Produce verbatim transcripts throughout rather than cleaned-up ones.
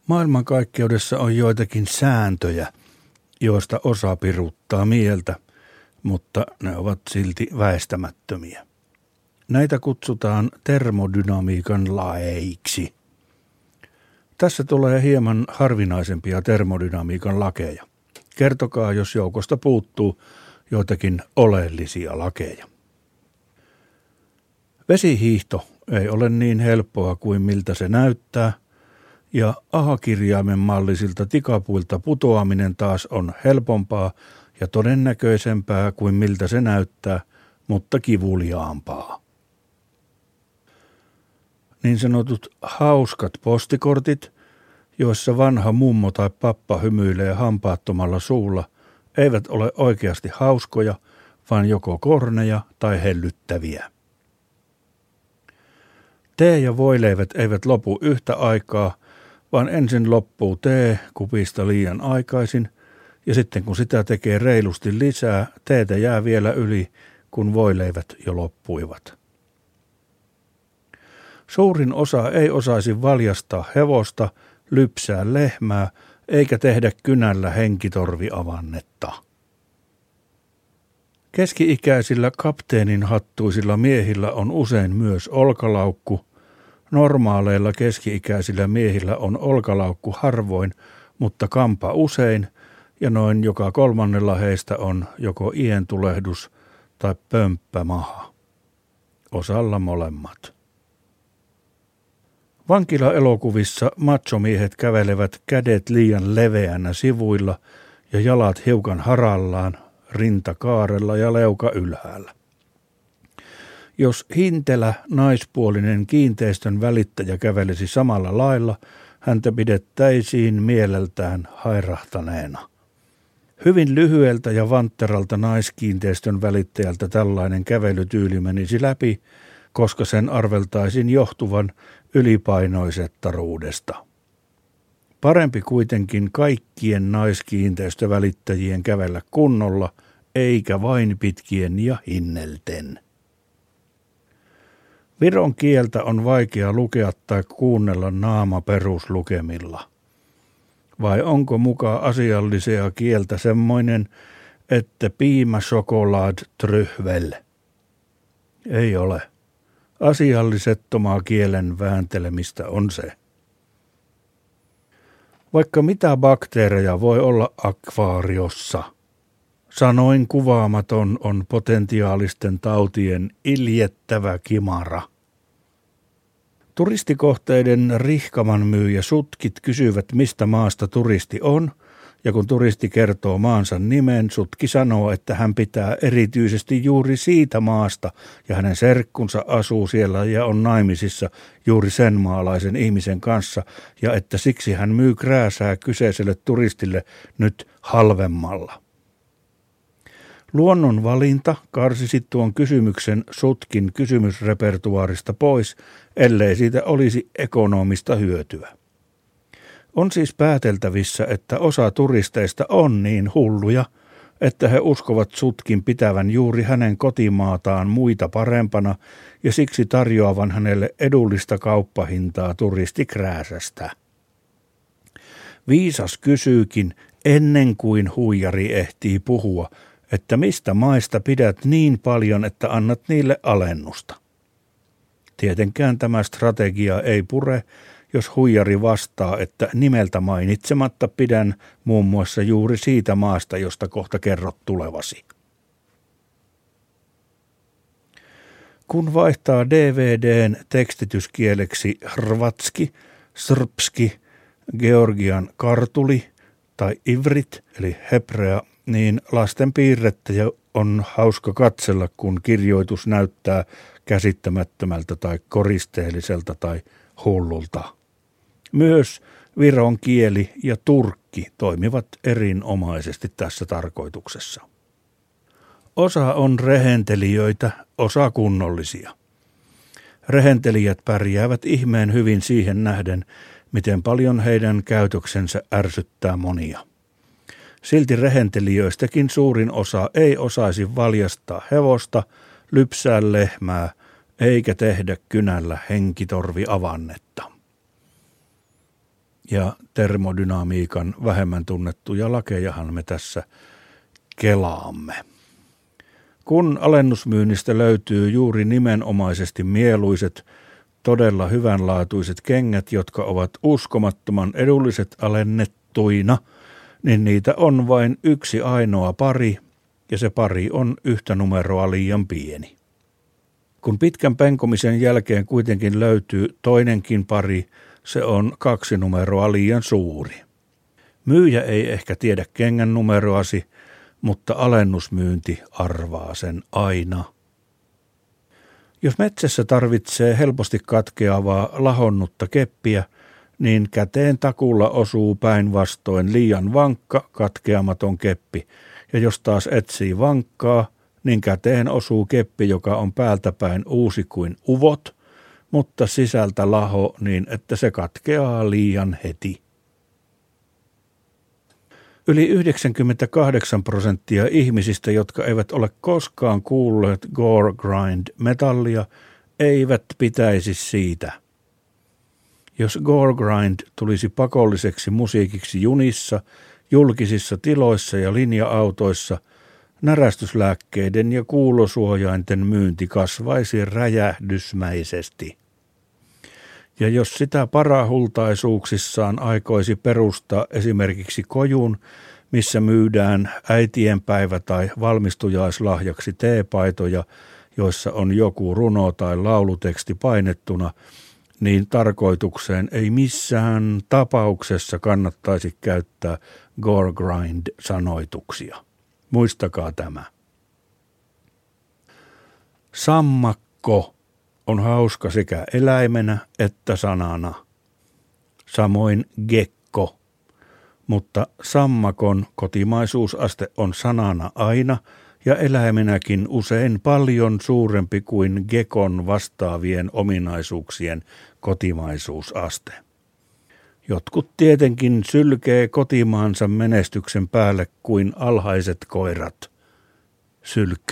Maailmankaikkeudessa on joitakin sääntöjä, joista osa piruttaa mieltä, mutta ne ovat silti väistämättömiä. Näitä kutsutaan termodynamiikan laeiksi. Tässä tulee hieman harvinaisempia termodynamiikan lakeja. Kertokaa, jos joukosta puuttuu joitakin oleellisia lakeja. Vesihiihto ei ole niin helppoa kuin miltä se näyttää, ja A-kirjaimen mallisilta tikapuilta putoaminen taas on helpompaa ja todennäköisempää kuin miltä se näyttää, mutta kivuliaampaa. Niin sanotut hauskat postikortit, joissa vanha mummo tai pappa hymyilee hampaattomalla suulla, eivät ole oikeasti hauskoja, vaan joko korneja tai hellyttäviä. Tee ja voileivät eivät lopu yhtä aikaa, vaan ensin loppuu tee kupista liian aikaisin, ja sitten kun sitä tekee reilusti lisää, teetä jää vielä yli, kun voileivät jo loppuivat. Suurin osa ei osaisi valjastaa hevosta, lypsää lehmää, eikä tehdä kynällä henkitorviavannetta. Keski-ikäisillä kapteenin hattuisilla miehillä on usein myös olkalaukku. Normaaleilla keski-ikäisillä miehillä on olkalaukku harvoin, mutta kampa usein, ja noin joka kolmannella heistä on joko ientulehdus tai pömppämaha. Osalla molemmat. Vankilaelokuvissa machomiehet kävelevät kädet liian leveänä sivuilla ja jalat hiukan harallaan, rinta kaarella ja leuka ylhäällä. Jos hintelä, naispuolinen kiinteistön välittäjä kävelisi samalla lailla, häntä pidettäisiin mieleltään hairahtaneena. Hyvin lyhyeltä ja vantteralta naiskiinteistön välittäjältä tällainen kävelytyyli menisi läpi, koska sen arveltaisiin johtuvan ylipainoisettaruudesta. Parempi kuitenkin kaikkien naiskiinteistövälittäjien kävellä kunnolla, eikä vain pitkien ja hinnelten. Viron kieltä on vaikea lukea tai kuunnella naamaperuslukemilla. Vai onko muka asiallisea kieltä semmoinen, että piimä chocolad tryhvel? Ei ole. Asiallisettomaa kielen vääntelemistä on se. Vaikka mitä bakteereja voi olla akvaariossa, sanoin kuvaamaton on potentiaalisten tautien iljettävä kimara. Turistikohteiden rihkaman myyjä sutkit kysyvät, mistä maasta turisti on, ja kun turisti kertoo maansa nimen, sutki sanoo, että hän pitää erityisesti juuri siitä maasta, ja hänen serkkunsa asuu siellä ja on naimisissa juuri sen maalaisen ihmisen kanssa, ja että siksi hän myy krääsää kyseiselle turistille nyt halvemmalla. Luonnon valinta karsisi tuon kysymyksen sutkin kysymysrepertuaarista pois, ellei siitä olisi ekonomista hyötyä. On siis pääteltävissä, että osa turisteista on niin hulluja, että he uskovat sutkin pitävän juuri hänen kotimaataan muita parempana ja siksi tarjoavan hänelle edullista kauppahintaa turistikrääsästä. Viisas kysyykin ennen kuin huijari ehtii puhua, että mistä maista pidät niin paljon, että annat niille alennusta. Tietenkään tämä strategia ei pure, jos huijari vastaa, että nimeltä mainitsematta pidän muun muassa juuri siitä maasta, josta kohta kerrot tulevasi. Kun vaihtaa D V D:n tekstityskieleksi hrvatski, srpski, georgian kartuli tai ivrit eli hebrea, niin lasten piirrettäjä on hauska katsella, kun kirjoitus näyttää käsittämättömältä tai koristeelliselta tai hullulta. Myös viron kieli ja turkki toimivat erinomaisesti tässä tarkoituksessa. Osa on rehentelijöitä, osa kunnollisia. Rehentelijät pärjäävät ihmeen hyvin siihen nähden, miten paljon heidän käytöksensä ärsyttää monia. Silti rehentelijöistäkin suurin osa ei osaisi valjastaa hevosta, lypsää lehmää, eikä tehdä kynällä henkitorviavannetta. Ja termodynamiikan vähemmän tunnettuja lakejahan me tässä kelaamme. Kun alennusmyynnistä löytyy juuri nimenomaisesti mieluiset, todella hyvänlaatuiset kengät, jotka ovat uskomattoman edulliset alennettuina, niin niitä on vain yksi ainoa pari, ja se pari on yhtä numeroa liian pieni. Kun pitkän penkomisen jälkeen kuitenkin löytyy toinenkin pari, se on kaksi numeroa liian suuri. Myyjä ei ehkä tiedä kengän numeroasi, mutta alennusmyynti arvaa sen aina. Jos metsässä tarvitsee helposti katkeavaa lahonnutta keppiä, niin käteen takulla osuu päinvastoin liian vankka, katkeamaton keppi, ja jos taas etsii vankkaa, niin käteen osuu keppi, joka on päältäpäin uusi kuin uvot, mutta sisältä laho niin, että se katkeaa liian heti. Yli yhdeksänkymmentäkahdeksan prosenttia ihmisistä, jotka eivät ole koskaan kuulleet Gore Grind-metallia, eivät pitäisi siitä. Jos Gore Grind tulisi pakolliseksi musiikiksi junissa, julkisissa tiloissa ja linja-autoissa, närästyslääkkeiden ja kuulosuojainten myynti kasvaisi räjähdysmäisesti. Ja jos sitä parahultaisuuksissaan aikoisi perustaa esimerkiksi kojun, missä myydään äitienpäivä- tai valmistujaislahjaksi teepaitoja, joissa on joku runo tai lauluteksti painettuna, niin tarkoitukseen ei missään tapauksessa kannattaisi käyttää Gore Grind-sanoituksia. Muistakaa tämä. Sammakko on hauska sekä eläimenä että sanana. Samoin gekko, mutta sammakon kotimaisuusaste on sanana aina ja eläimenäkin usein paljon suurempi kuin gekon vastaavien ominaisuuksien kotimaisuusaste. Jotkut tietenkin sylkee kotimaansa menestyksen päälle kuin alhaiset koirat. Sylk.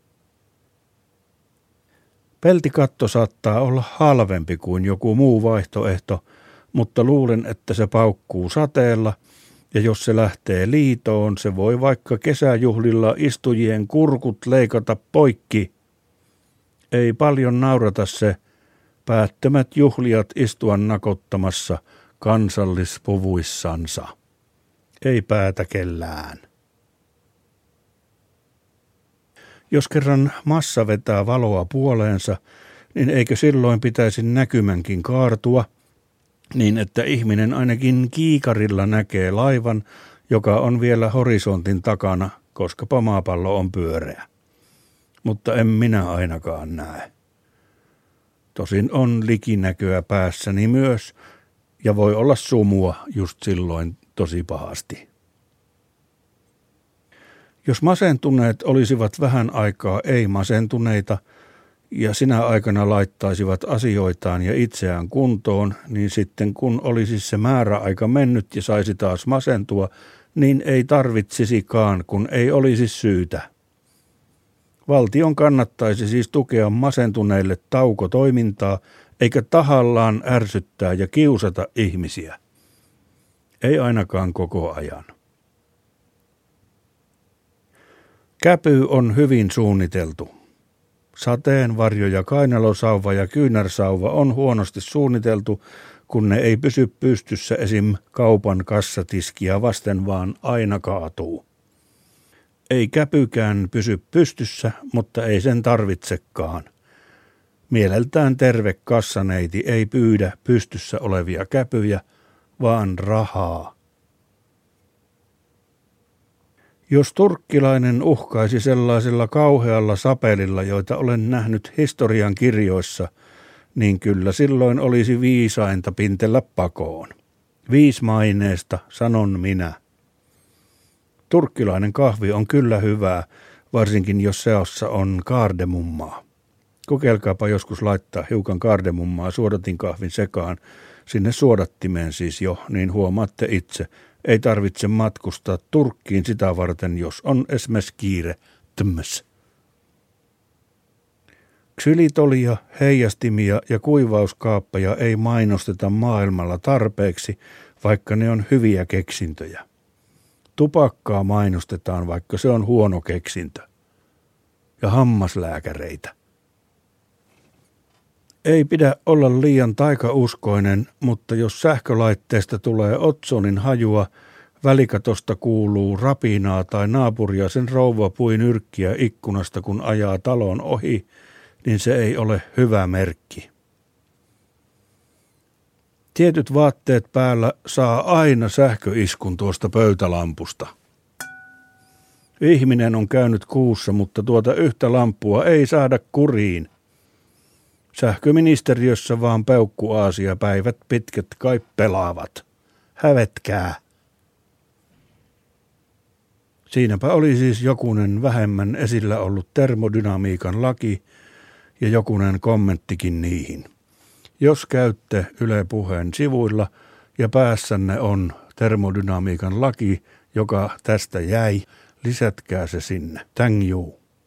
Peltikatto saattaa olla halvempi kuin joku muu vaihtoehto, mutta luulen, että se paukkuu sateella, ja jos se lähtee liitoon, se voi vaikka kesäjuhlilla istujien kurkut leikata poikki. Ei paljon naurata se, päättömät juhlijat istua nakottamassa kansallispuvuissansa. Ei päätä kellään. Jos kerran massa vetää valoa puoleensa, niin eikö silloin pitäisi näkymänkin kaartua, niin että ihminen ainakin kiikarilla näkee laivan, joka on vielä horisontin takana, koska maapallo on pyöreä. Mutta en minä ainakaan näe. Tosin on likinäköä päässäni myös, ja voi olla sumua just silloin tosi pahasti. Jos masentuneet olisivat vähän aikaa ei-masentuneita ja sinä aikana laittaisivat asioitaan ja itseään kuntoon, niin sitten kun olisi se määräaika mennyt ja saisi taas masentua, niin ei tarvitsisikaan, kun ei olisi syytä. Valtion kannattaisi siis tukea masentuneille taukotoimintaa, eikä tahallaan ärsyttää ja kiusata ihmisiä. Ei ainakaan koko ajan. Käpy on hyvin suunniteltu. Sateenvarjo ja kainalosauva ja kyynärsauva on huonosti suunniteltu, kun ne ei pysy pystyssä esim. Kaupan kassatiskiä vasten, vaan aina kaatuu. Ei käpykään pysy pystyssä, mutta ei sen tarvitsekaan. Mieleltään terve kassaneiti ei pyydä pystyssä olevia käpyjä, vaan rahaa. Jos turkkilainen uhkaisi sellaisella kauhealla sapelilla, joita olen nähnyt historian kirjoissa, niin kyllä silloin olisi viisainta pintellä pakoon. Viismaineesta, sanon minä. Turkkilainen kahvi on kyllä hyvää, varsinkin jos seossa on kaardemummaa. Kokeilkaapa joskus laittaa hiukan kaardemummaa suodatinkahvin sekaan, sinne suodattimeen siis jo, niin huomaatte itse. Ei tarvitse matkustaa Turkkiin sitä varten, jos on esimerkiksi kiire. Tömmäs. Ksylitolia, heijastimia ja kuivauskaappeja ei mainosteta maailmalla tarpeeksi, vaikka ne on hyviä keksintöjä. Tupakkaa mainostetaan, vaikka se on huono keksintö. Ja hammaslääkäreitä. Ei pidä olla liian taikauskoinen, mutta jos sähkölaitteesta tulee otsonin hajua, välikatosta kuuluu rapinaa tai naapuria sen rouva pui nyrkkiä ikkunasta, kun ajaa talon ohi, niin se ei ole hyvä merkki. Tietyt vaatteet päällä saa aina sähköiskun tuosta pöytälampusta. Ihminen on käynyt kuussa, mutta tuota yhtä lampua ei saada kuriin. Sähköministeriössä vaan peukkuaasia päivät pitkät kai pelaavat. Hävetkää. Siinäpä oli siis jokunen vähemmän esillä ollut termodynamiikan laki ja jokunen kommenttikin niihin. Jos käytte Yle Puheen sivuilla ja päässänne on termodynamiikan laki, joka tästä jäi, lisätkää se sinne. Thank you.